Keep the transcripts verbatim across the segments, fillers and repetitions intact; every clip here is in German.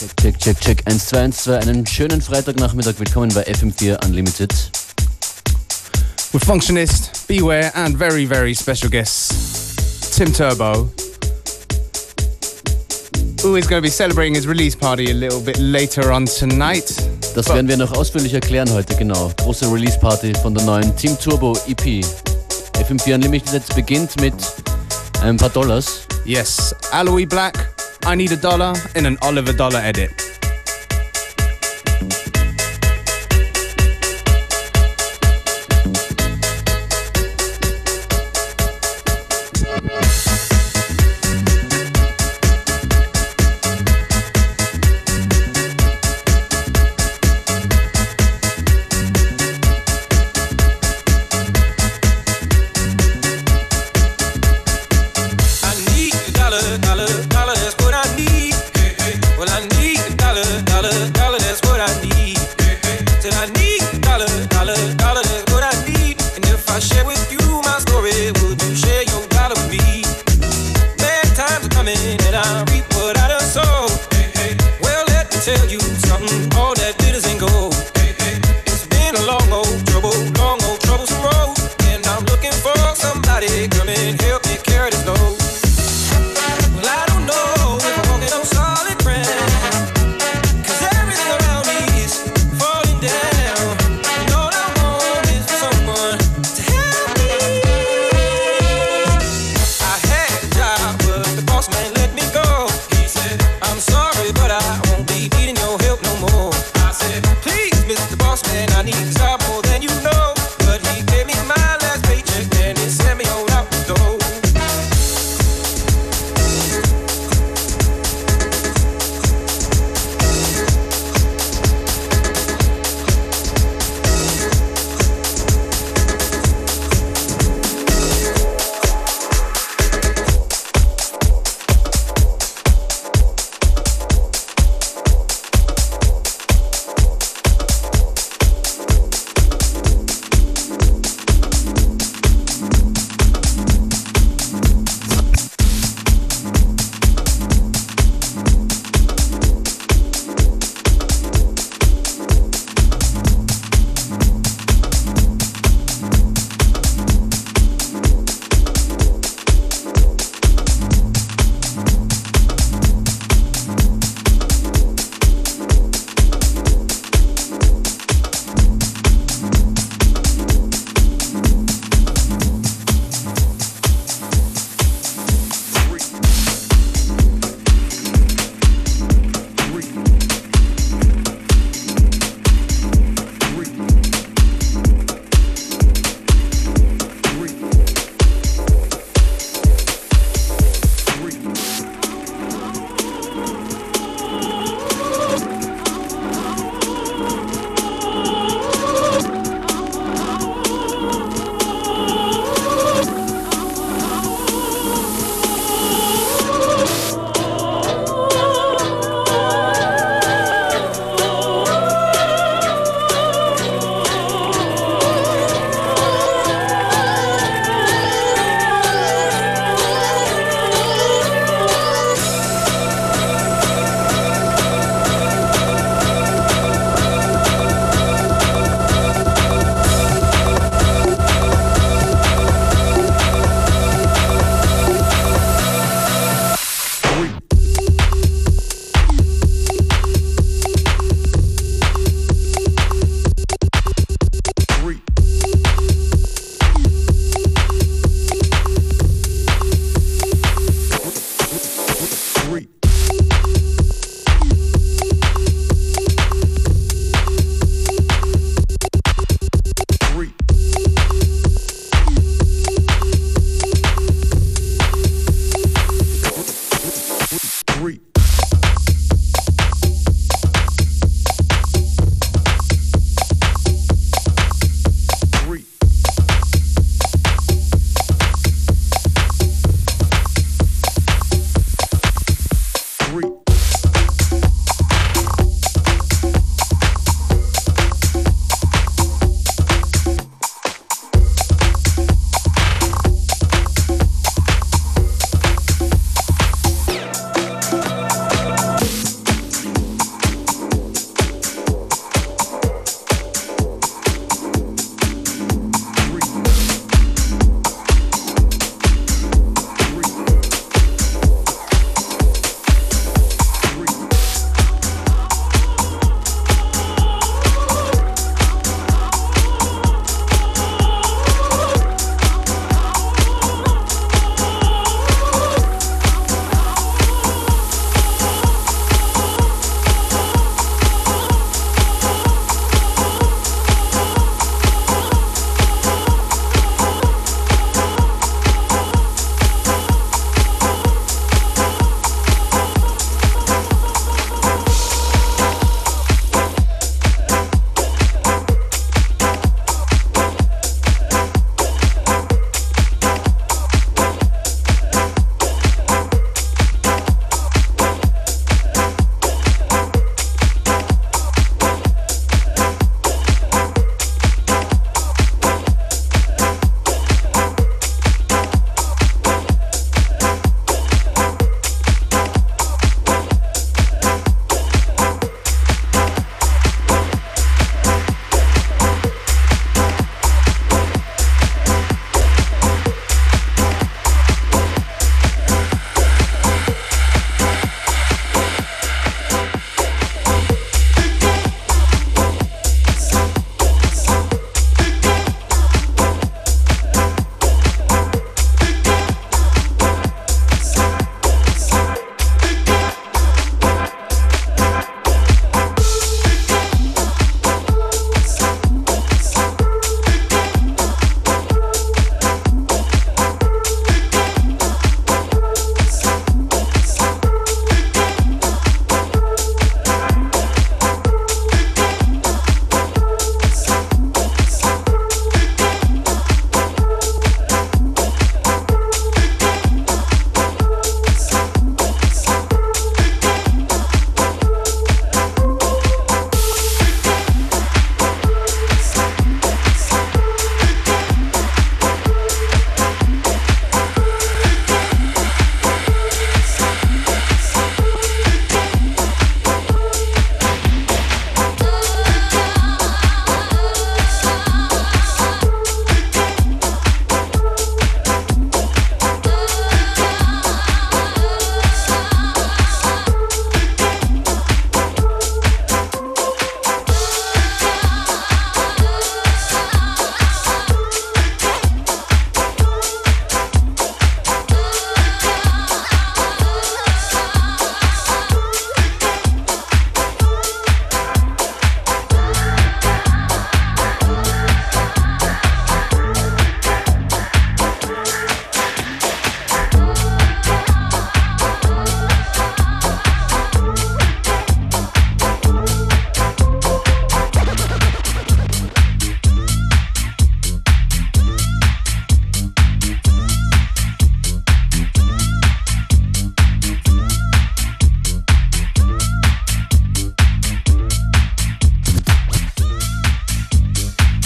Check, check, check. eins zwei eins zwei. Einen schönen Freitagnachmittag. Willkommen bei F M vier Unlimited. With Functionist, Beware and very, very special guest, Tim Turbo, who is going to be celebrating his release party a little bit later on tonight. Das werden wir noch ausführlich erklären heute, genau. Große Release-Party von der neuen Tim Turbo E P. F M vier Unlimited beginnt mit ein paar Dollars. Yes, Alloy Black, I Need a Dollar in an Oliver Dollar edit.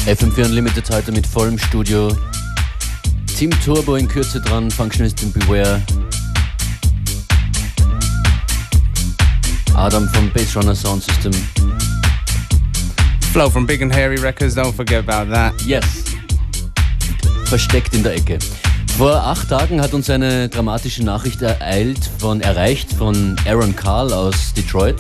F M vier Unlimited heute mit vollem Studio. Team Turbo in Kürze dran, Functionist in Beware. Adam vom Bass Runner Sound System. Flo from Big and Hairy Records, don't forget about that. Yes. Versteckt in der Ecke. Vor acht Tagen hat uns eine dramatische Nachricht ereilt von, erreicht von Aaron Carl aus Detroit.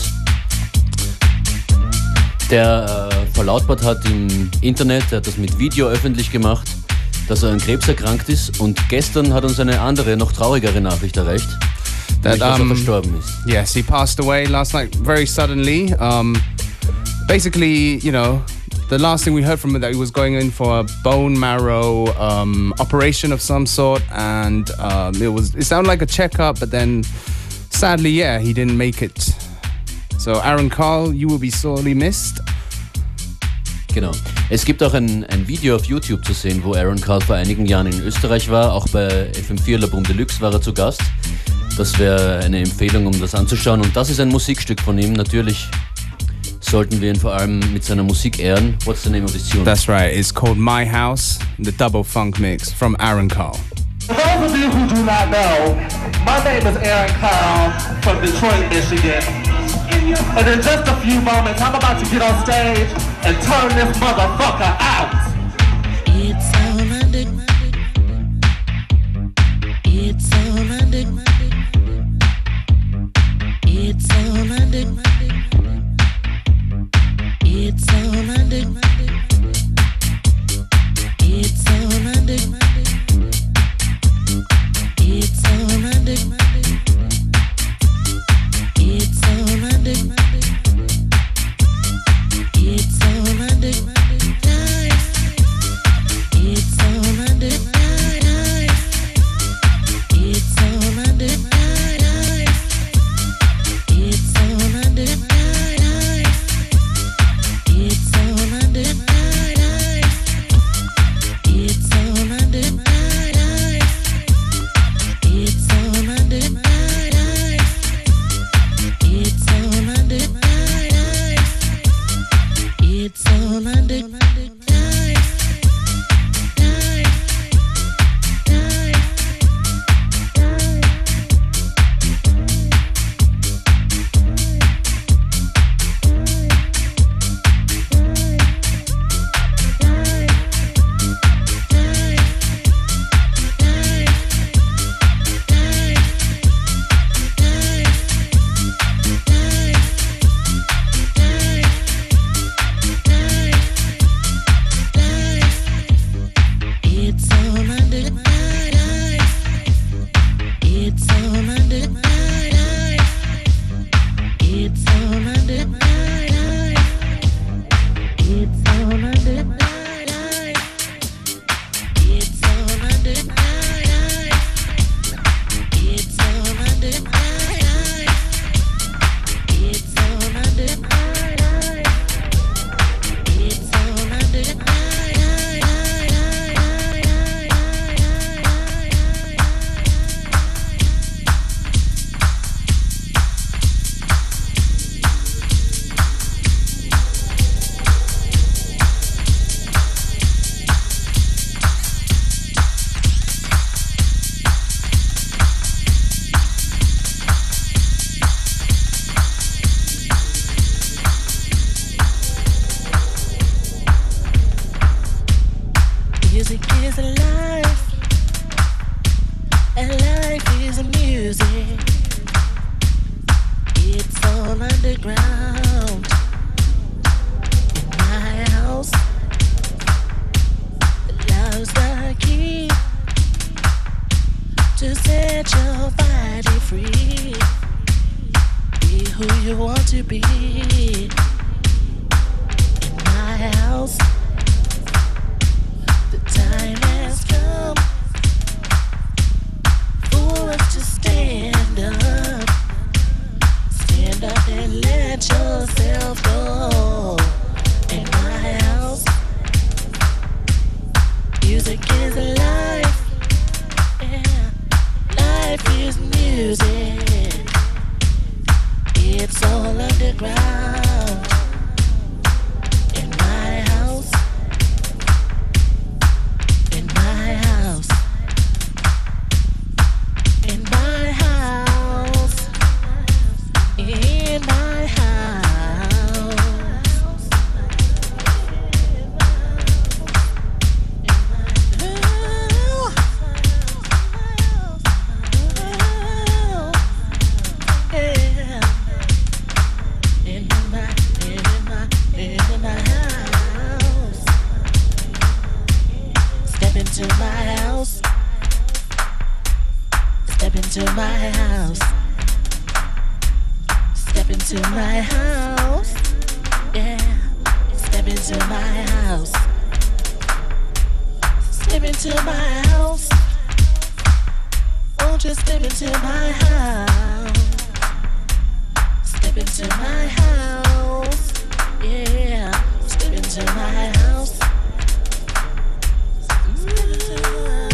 Der äh, verlautbart hat im Internet, er hat das mit Video öffentlich gemacht, dass er an Krebs erkrankt ist, und gestern hat uns eine andere, noch traurigere Nachricht erreicht, that, dass um, er verstorben ist. Yes, he passed away last night very suddenly. Um, basically, you know, the last thing we heard from him that he was going in for a bone marrow um, operation of some sort, and um, it was it sounded like a checkup, but then sadly, yeah, he didn't make it. So Aaron Carl, you will be sorely missed. Genau. Es gibt auch ein, ein Video auf YouTube zu sehen, wo Aaron Carl vor einigen Jahren in Österreich war. Auch bei F M vier La Boom Deluxe war er zu Gast. Das wäre eine Empfehlung, um das anzuschauen. Und das ist ein Musikstück von ihm. Natürlich sollten wir ihn vor allem mit seiner Musik ehren. What's the name of this tune? That's right. It's called My House, the double funk mix from Aaron Carl. For those of you who do not know, my name is Aaron Carl from Detroit, Michigan. And in just a few moments, I'm about to get on stage and turn this motherfucker out. It's all under. It's all under. It's all under. It's all under. It's all under. It's all under. It's all under. It's all under life. It's all under life. It's all under life. It's all under life. It's all under life. It's all under life. It's all under life. It's all under life. It's all under life. Music is life, and life is music. It's all underground in my house. Love's the key to set your body free. Be who you want to be in my house. The time has come for us to stand up. Stand up and let yourself go. In my house, music is life. Yeah, life is music. It's all underground. In my house, Step into my house, yeah. Step into my house. Step into my house. Won't you step into my house? Step into my house, yeah. Step into my house. Step into my house.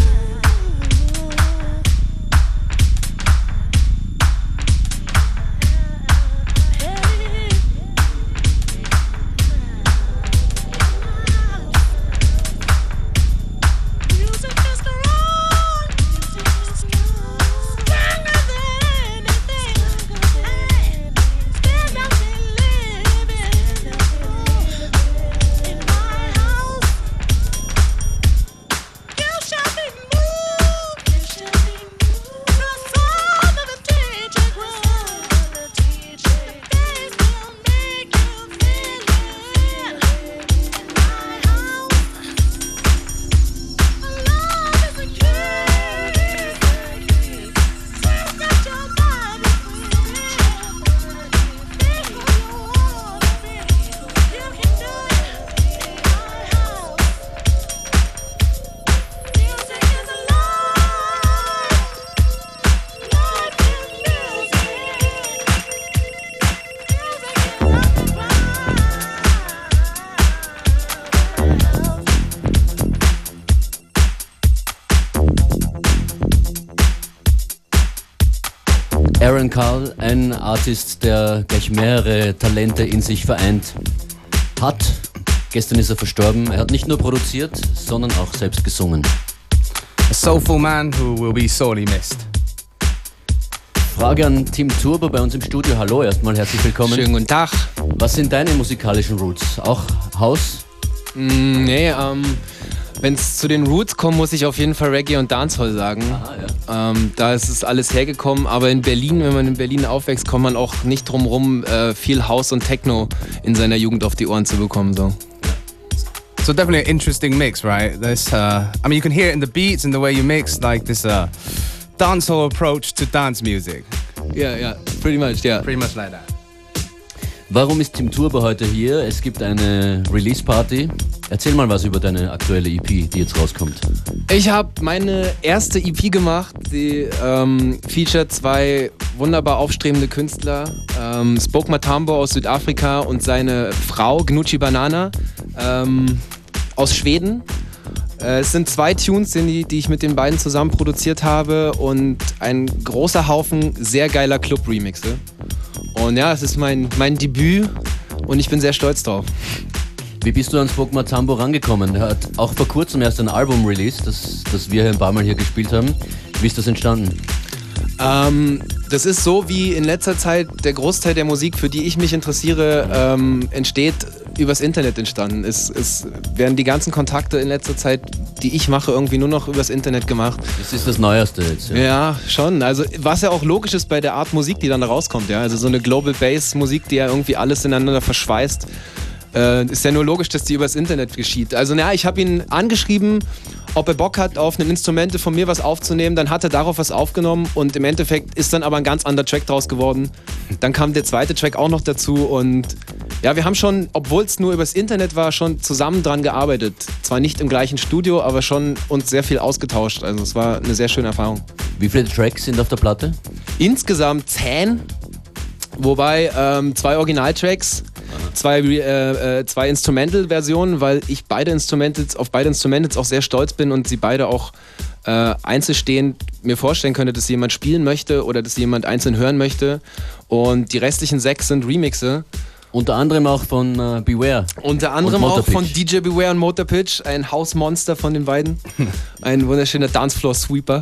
Aaron Carl, ein Artist, der gleich mehrere Talente in sich vereint hat. Gestern ist er verstorben. Er hat nicht nur produziert, sondern auch selbst gesungen. A soulful man who will be sorely missed. Frage an Tim Turbo bei uns im Studio. Hallo, erstmal herzlich willkommen. Schönen guten Tag. Was sind deine musikalischen Roots? Auch House? Mm, nee, ähm, wenn es zu den Roots kommt, muss ich auf jeden Fall Reggae und Dancehall sagen. Aha, ja. ähm, da ist es alles hergekommen, aber in Berlin, wenn man in Berlin aufwächst, kommt man auch nicht drum rum, äh, viel House und Techno in seiner Jugend auf die Ohren zu bekommen. So. So definitely an interesting mix, right? There's, uh, I mean, you can hear it in the beats and the way you mix, like this uh, dancehall approach to dance music. Ja, yeah, ja, yeah, pretty much, ja. Yeah. Pretty much like that. Warum ist Tim Turbo heute hier? Es gibt eine Release-Party. Erzähl mal was über deine aktuelle E P, die jetzt rauskommt. Ich habe meine erste E P gemacht. Sie ähm, featuret zwei wunderbar aufstrebende Künstler. Ähm, Spoke Matambo aus Südafrika und seine Frau Gnucci Banana ähm, aus Schweden. Äh, es sind zwei Tunes, die, die ich mit den beiden zusammen produziert habe und ein großer Haufen sehr geiler Club-Remixe. Und ja, es ist mein, mein Debüt und ich bin sehr stolz drauf. Wie bist du an Spoke Matambo rangekommen? Er hat auch vor kurzem erst ein Album released, das, das wir ein paar Mal hier gespielt haben. Wie ist das entstanden? Ähm, das ist so, wie in letzter Zeit der Großteil der Musik, für die ich mich interessiere, ähm, entsteht übers Internet entstanden. Es, es werden die ganzen Kontakte in letzter Zeit, die ich mache, irgendwie nur noch übers Internet gemacht. Das ist das Neueste jetzt. Ja, ja schon. Also was ja auch logisch ist bei der Art Musik, die dann da rauskommt. Ja? Also so eine Global Bass Musik, die ja irgendwie alles ineinander verschweißt. Äh, ist ja nur logisch, dass die übers Internet geschieht. Also naja, ich habe ihn angeschrieben, ob er Bock hat, auf ein Instrumente von mir was aufzunehmen. Dann hat er darauf was aufgenommen und im Endeffekt ist dann aber ein ganz anderer Track draus geworden. Dann kam der zweite Track auch noch dazu und ja, wir haben schon, obwohl es nur übers Internet war, schon zusammen dran gearbeitet. Zwar nicht im gleichen Studio, aber schon uns sehr viel ausgetauscht. Also es war eine sehr schöne Erfahrung. Wie viele Tracks sind auf der Platte? Insgesamt zehn, wobei ähm, zwei Originaltracks, zwei, äh, äh, zwei Instrumental-Versionen, weil ich beide Instrumentals, auf beide Instrumentals auch sehr stolz bin und sie beide auch äh, einzelstehend mir vorstellen könnte, dass jemand spielen möchte oder dass jemand einzeln hören möchte. Und die restlichen sechs sind Remixe. Unter anderem auch von äh, Beware. Unter anderem auch von D J Beware und Motorpitch, ein Hausmonster von den beiden. Ein wunderschöner Dancefloor-Sweeper.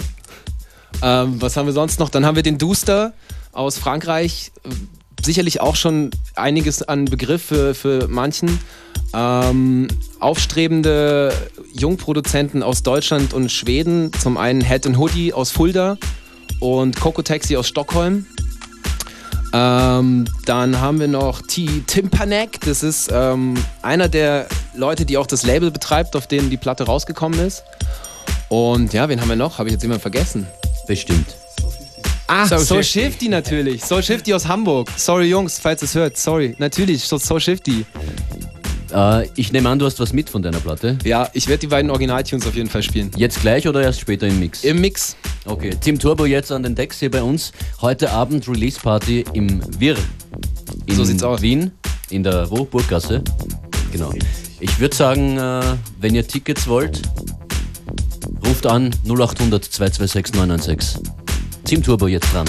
Ähm, was haben wir sonst noch? Dann haben wir den Duster aus Frankreich. Sicherlich auch schon einiges an Begriff für, für manchen. Ähm, aufstrebende Jungproduzenten aus Deutschland und Schweden. Zum einen Head and Hoodie aus Fulda und Coco Taxi aus Stockholm. Ähm, dann haben wir noch T. Timpanek, das ist ähm, einer der Leute, die auch das Label betreibt, auf dem die Platte rausgekommen ist. Und ja, wen haben wir noch? Habe ich jetzt jemanden vergessen? Bestimmt. Ah, So So Shifty. Shifty natürlich. So Shifty aus Hamburg. Sorry Jungs, falls ihr es hört. Sorry. Natürlich, so, so Shifty. Äh, ich nehme an, du hast was mit von deiner Platte. Ja, ich werde die beiden Originaltunes auf jeden Fall spielen. Jetzt gleich oder erst später im Mix? Im Mix. Okay, Tim Turbo jetzt an den Decks hier bei uns. Heute Abend Release Party im Wirr. In So sieht's aus. Wien, in der wo? Burggasse. Genau. Ich würde sagen, äh, wenn ihr Tickets wollt, ruft an null acht hundert zwei zwei sechs neun neun sechs. Tim Turbo jetzt dran.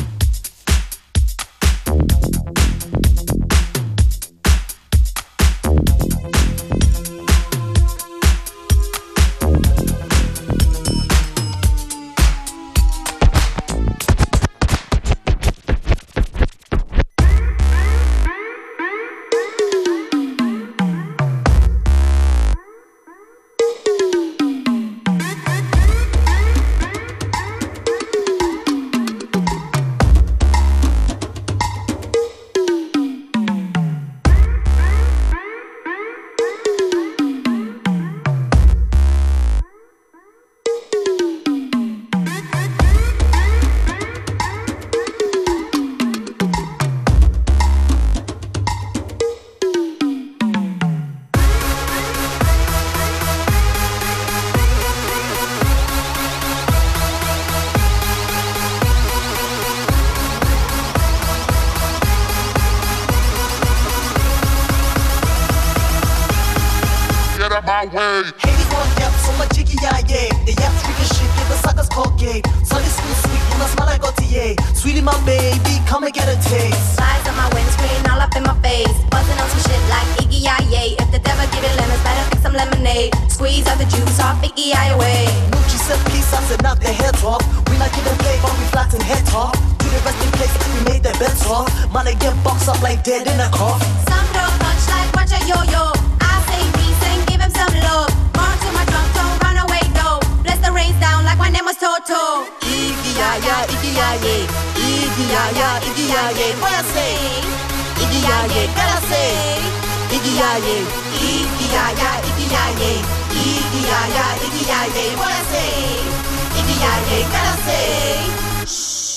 Haters want yaps, so my jiggy yeah yeah. The yaps freaking shit, give the suckers cold gate. Sunny sweet sweet, you must smell like Gautier. Sweetie my baby, come and get a taste. Flies on my windscreen, all up in my face. Buzzing on some shit like Iggy Yay. If the devil give it lemons, better pick some lemonade. Squeeze out the juice off Iggy away. Nucci said peace, I said knock their heads off. We not giving play, but we flatten head talk. Do the rest in place, we made their beds off. Money get boxed up like dead in a cough. Some throw punch like watch a yo-yo. I say peace and give him some love. March to my trunk, don't run away though. Bless the rains down like my name was Toto. Iggy ya ya, Iggy ya ye. Iggy ya ya, Iggy ya ye. What I say? Iggy ya ye, gotta say. Iggy ya ye. Iggy ya ya, Iggy ya ye. Iggy ya ya, Iggy ya ye. What I say? Iggy ya ye, gotta say.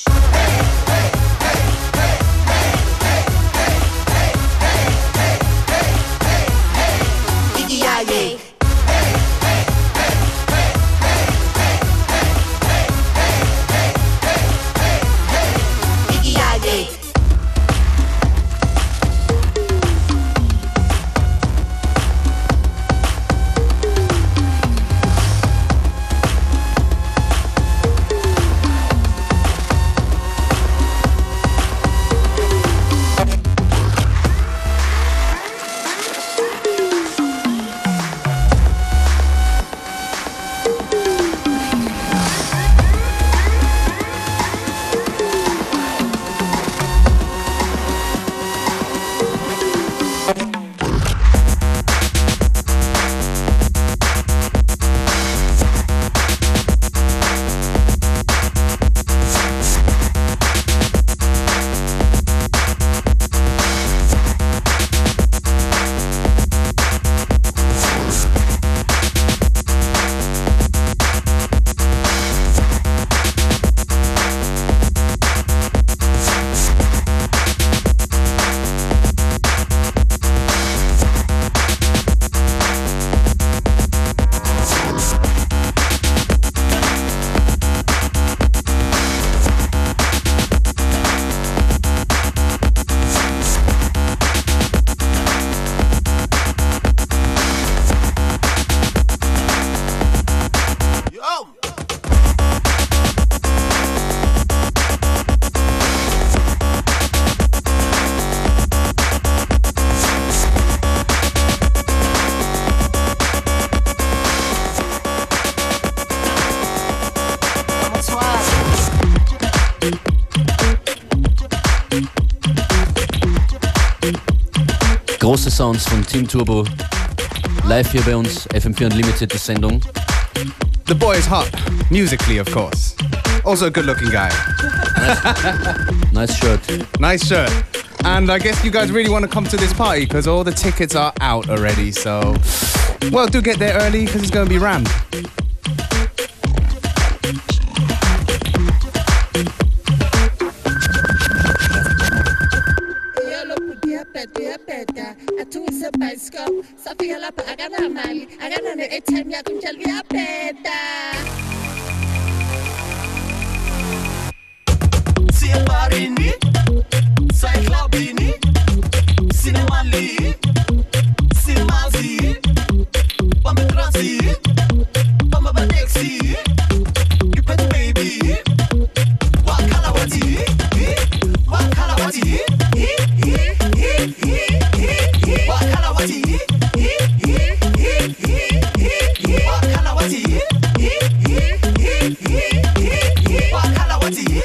Iggy ya ye. Iggy ya ye. Große Sounds von Tim Turbo. Live hier bei uns, F M vier Unlimited, die Sendung. The boy is hot, musically of course. Also a good looking guy. Nice shirt. Nice shirt. And I guess you guys really want to come to this party because all the tickets are out already. So, well, do get there early because it's going to be rammed. uyabheda uyabheda athi uyisebhayiscope safika lapha akanamali akanane-airtime yakho mtshela uyabheda Siyabarini Cyclobini Cinemali Cinemazi Bambetrasi Bambabadexi You pet baby Wakalawati Wakalawati Wakalawati Wakalawati Wakalawati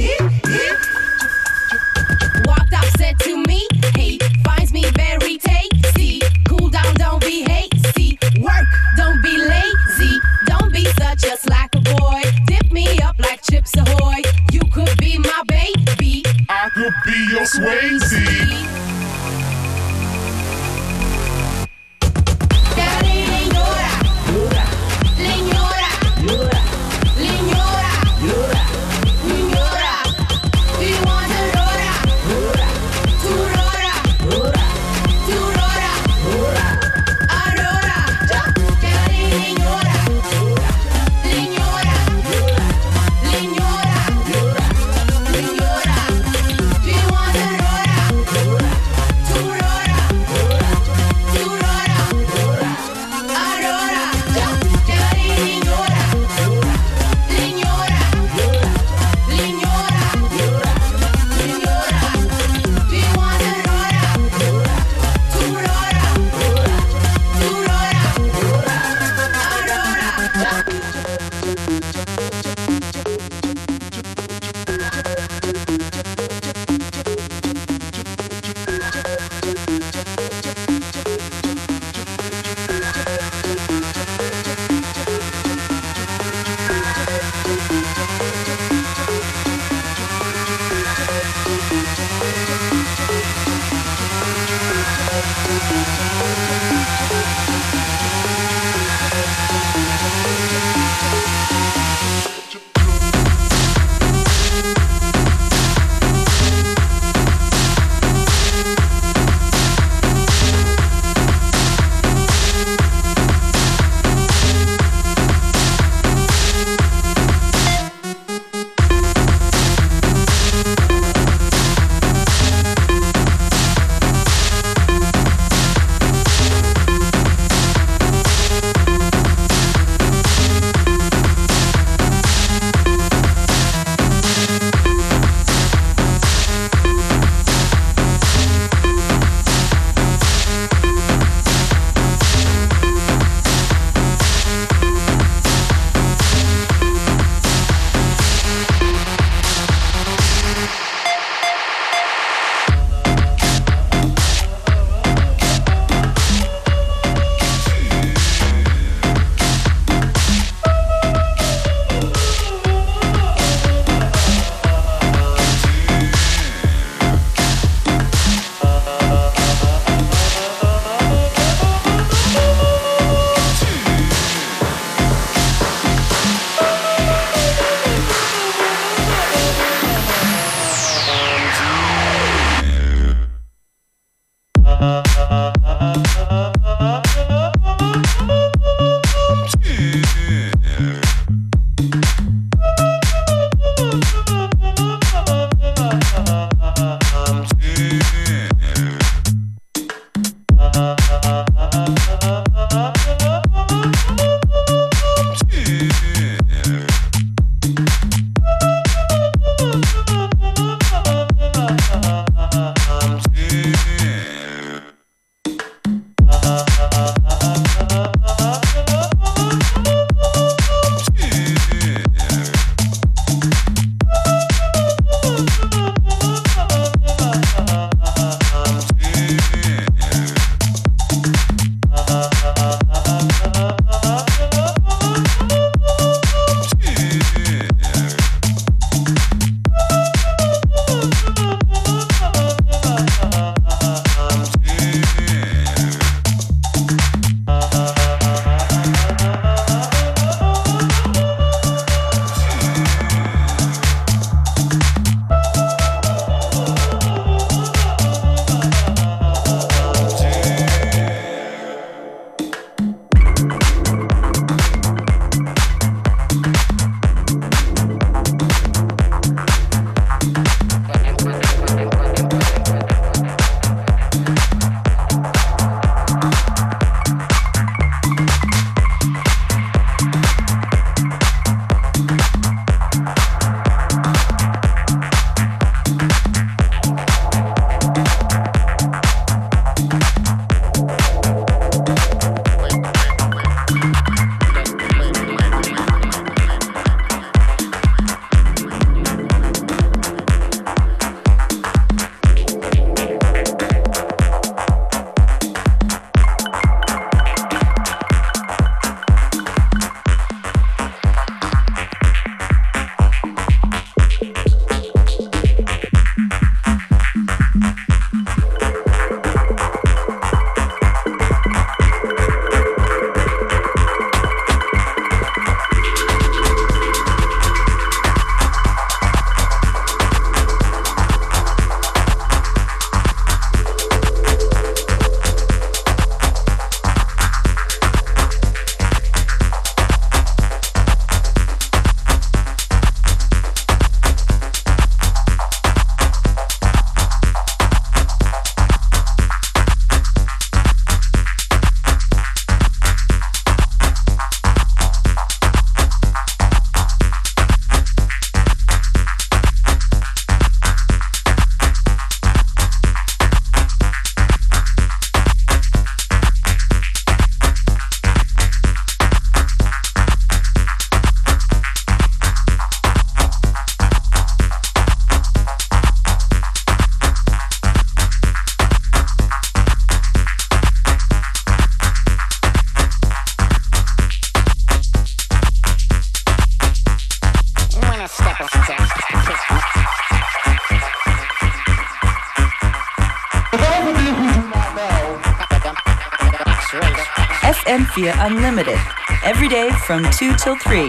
Walked up, said to me, he finds me very tasty. Cool down, don't be hasty. Work, don't be lazy. Don't be such a slacker boy. Dip me up like Chips Ahoy. You could be my baby. I could be your Swayze. F M four Unlimited. Every day from two till three.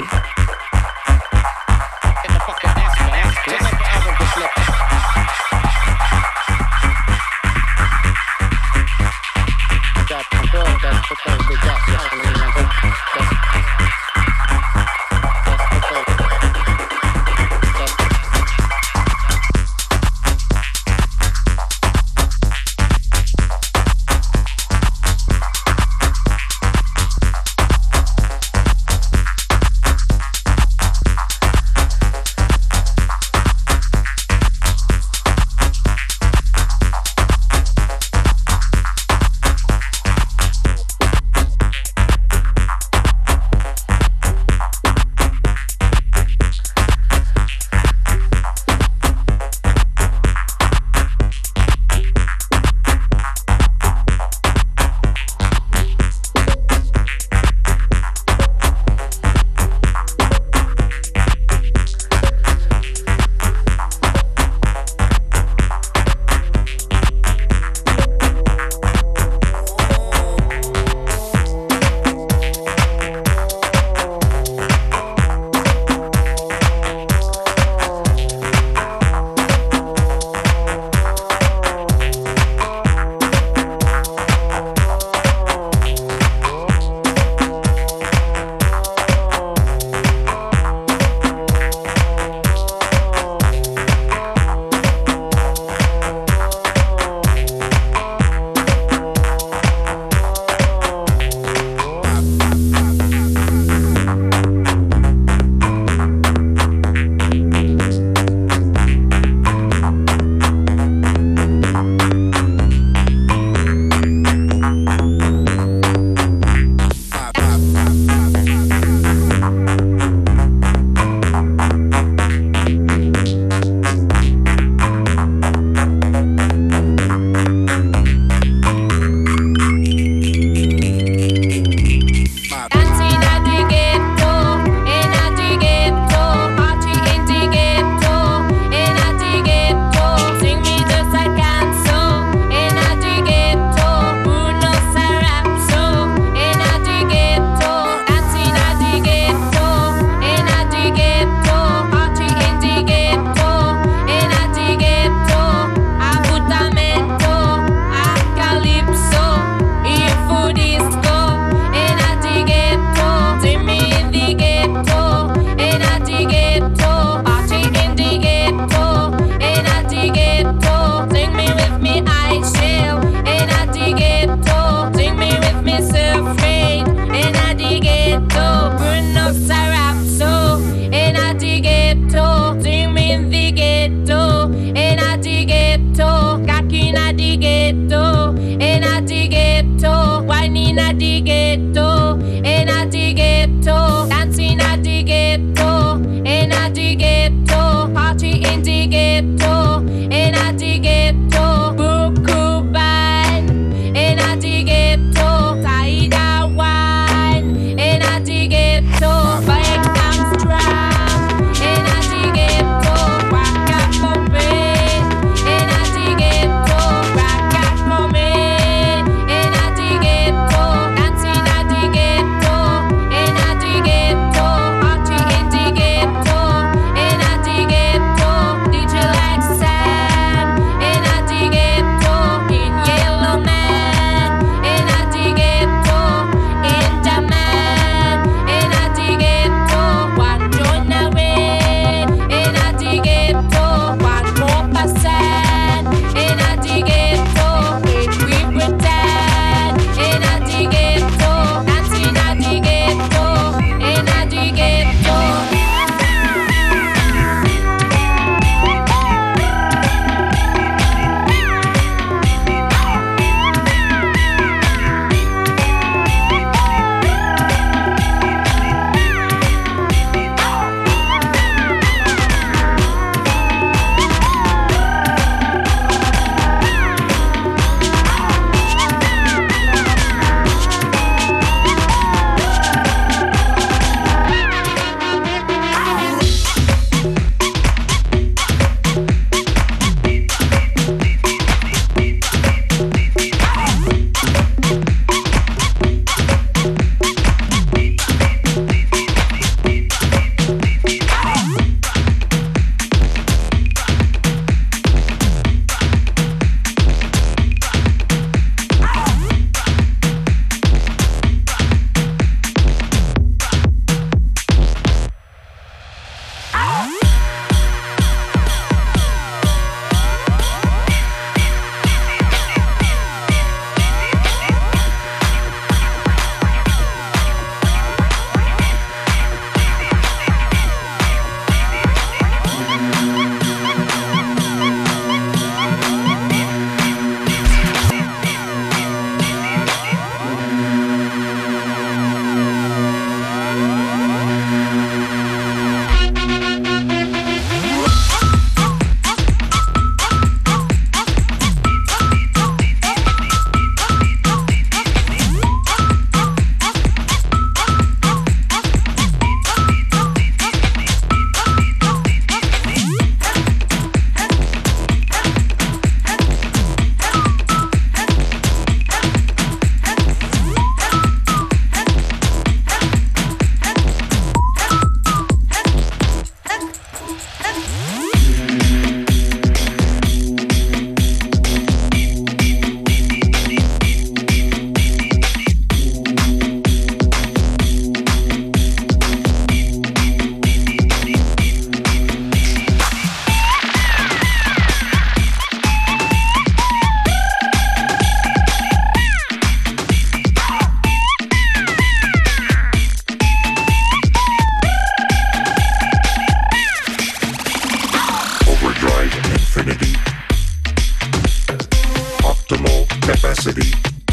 capacity,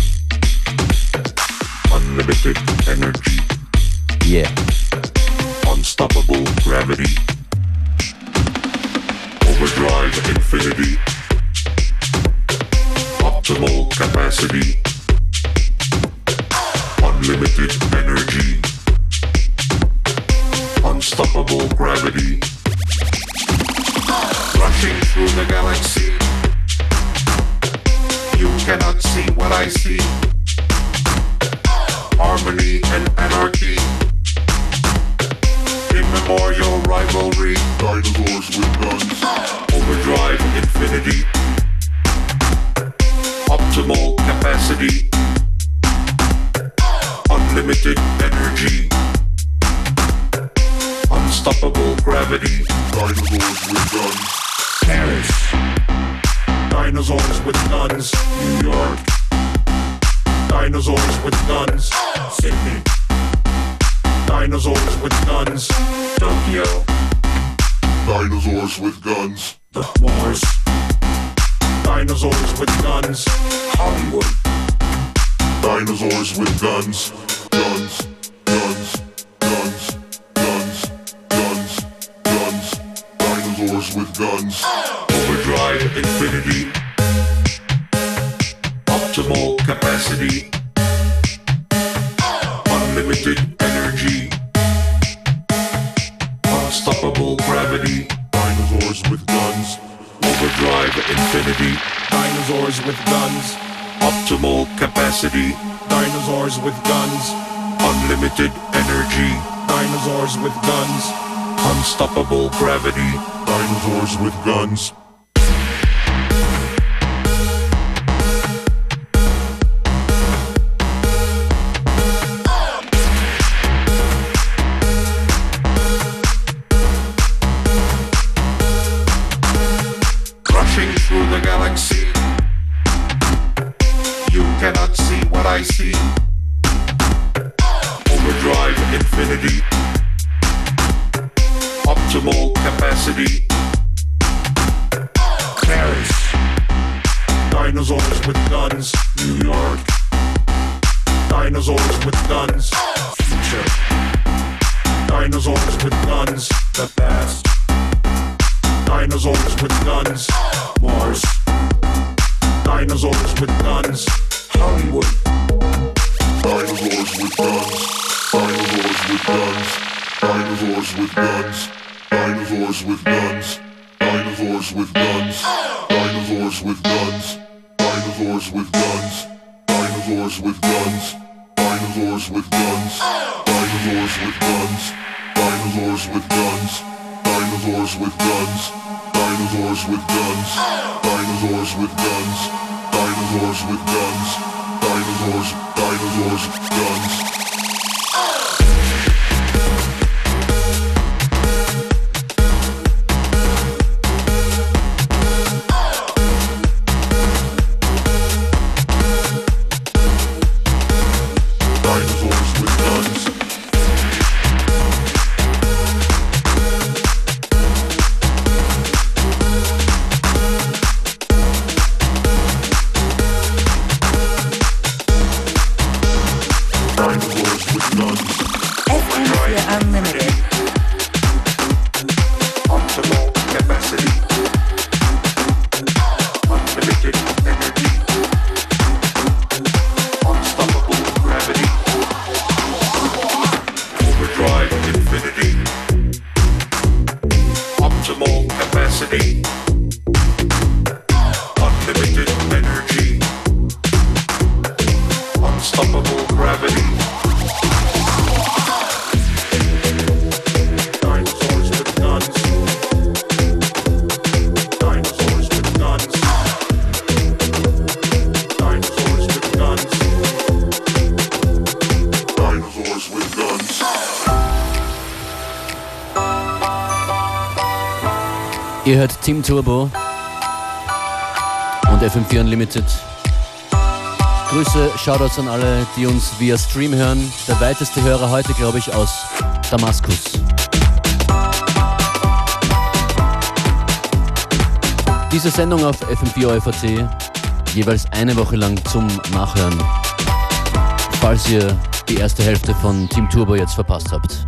unlimited energy, Yeah. unstoppable gravity, overdrive infinity, optimal capacity, unlimited energy, unstoppable gravity, rushing through the galaxy. You cannot see what I see. Harmony and anarchy, immemorial rivalry, dinosaurs with guns, overdrive infinity, optimal capacity, unlimited energy, unstoppable gravity, dinosaurs with guns, Paris, dinosaurs with guns, New York, dinosaurs with guns, Sydney, dinosaurs with guns, Tokyo, dinosaurs with guns, Mars, dinosaurs with guns, Hollywood, dinosaurs with guns, guns, guns, guns, guns, guns, guns, dinosaurs with guns, overdrive infinity, optimal capacity, unlimited energy, unstoppable gravity, dinosaurs with guns, overdrive infinity, dinosaurs with guns, optimal capacity, dinosaurs with guns, unlimited energy, dinosaurs with guns, unstoppable gravity, dinosaurs with guns. Through the galaxy, you cannot see what I see. Overdrive infinity, optimal capacity, Paris, dinosaurs with guns, New York, dinosaurs with guns, future, dinosaurs with guns, the past, dinosaurs with guns, Mars, dinosaurs with guns, Hollywood, dinosaurs with guns, dinosaurs with guns, dinosaurs with guns, dinosaurs with guns, dinosaurs with guns, dinosaurs with guns, dinosaurs with guns, dinosaurs with guns, dinosaurs with guns, dinosaurs with guns, dinosaurs with guns, dinosaurs with guns, dinosaurs with guns, dinosaurs with guns, dinosaurs with guns, dinosaurs, dinosaurs, guns. Ihr hört Team Turbo und F M vier Unlimited. Grüße, Shoutouts an alle, die uns via Stream hören. Der weiteste Hörer heute, glaube ich, aus Damaskus. Diese Sendung auf F M vier O F A T jeweils eine Woche lang zum Nachhören, falls ihr die erste Hälfte von Team Turbo jetzt verpasst habt.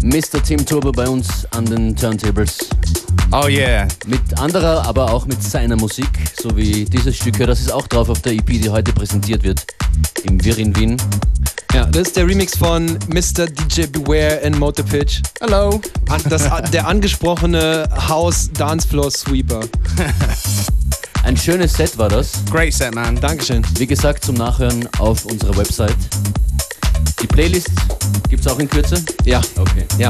Mister Tim Turbo bei uns an den Turntables. Oh yeah. Mit anderer, aber auch mit seiner Musik, so wie dieses Stück hier. Das ist auch drauf auf der E P, die heute präsentiert wird im Wir in Wien. Ja, das ist der Remix von Mister D J Beware and Motor Pitch. Hello. An, das, der angesprochene House Dancefloor Sweeper. Ein schönes Set war das. Great set, man. Dankeschön. Wie gesagt, zum Nachhören auf unserer Website. Die Playlist gibt's auch in Kürze? Ja. Okay. Ja.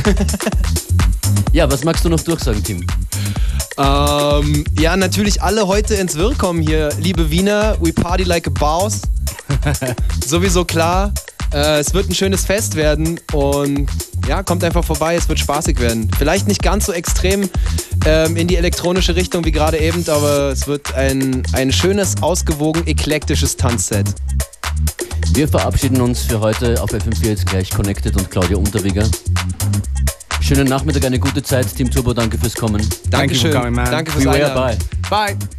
Ja, was magst du noch durchsagen, Tim? Ähm, ja, natürlich alle heute ins Wirr kommen hier. Liebe Wiener, we party like a boss. Sowieso klar. Äh, es wird ein schönes Fest werden und ja, kommt einfach vorbei, es wird spaßig werden. Vielleicht nicht ganz so extrem ähm, in die elektronische Richtung wie gerade eben, aber es wird ein, ein schönes, ausgewogen, eklektisches Tanzset. Wir verabschieden uns für heute auf F M vier jetzt gleich Connected und Claudia Unterweger. Schönen Nachmittag, eine gute Zeit. Team Turbo, danke fürs Kommen. Dankeschön. Thank you for coming, man. Danke fürs Beware, Einladen. bye. Bye.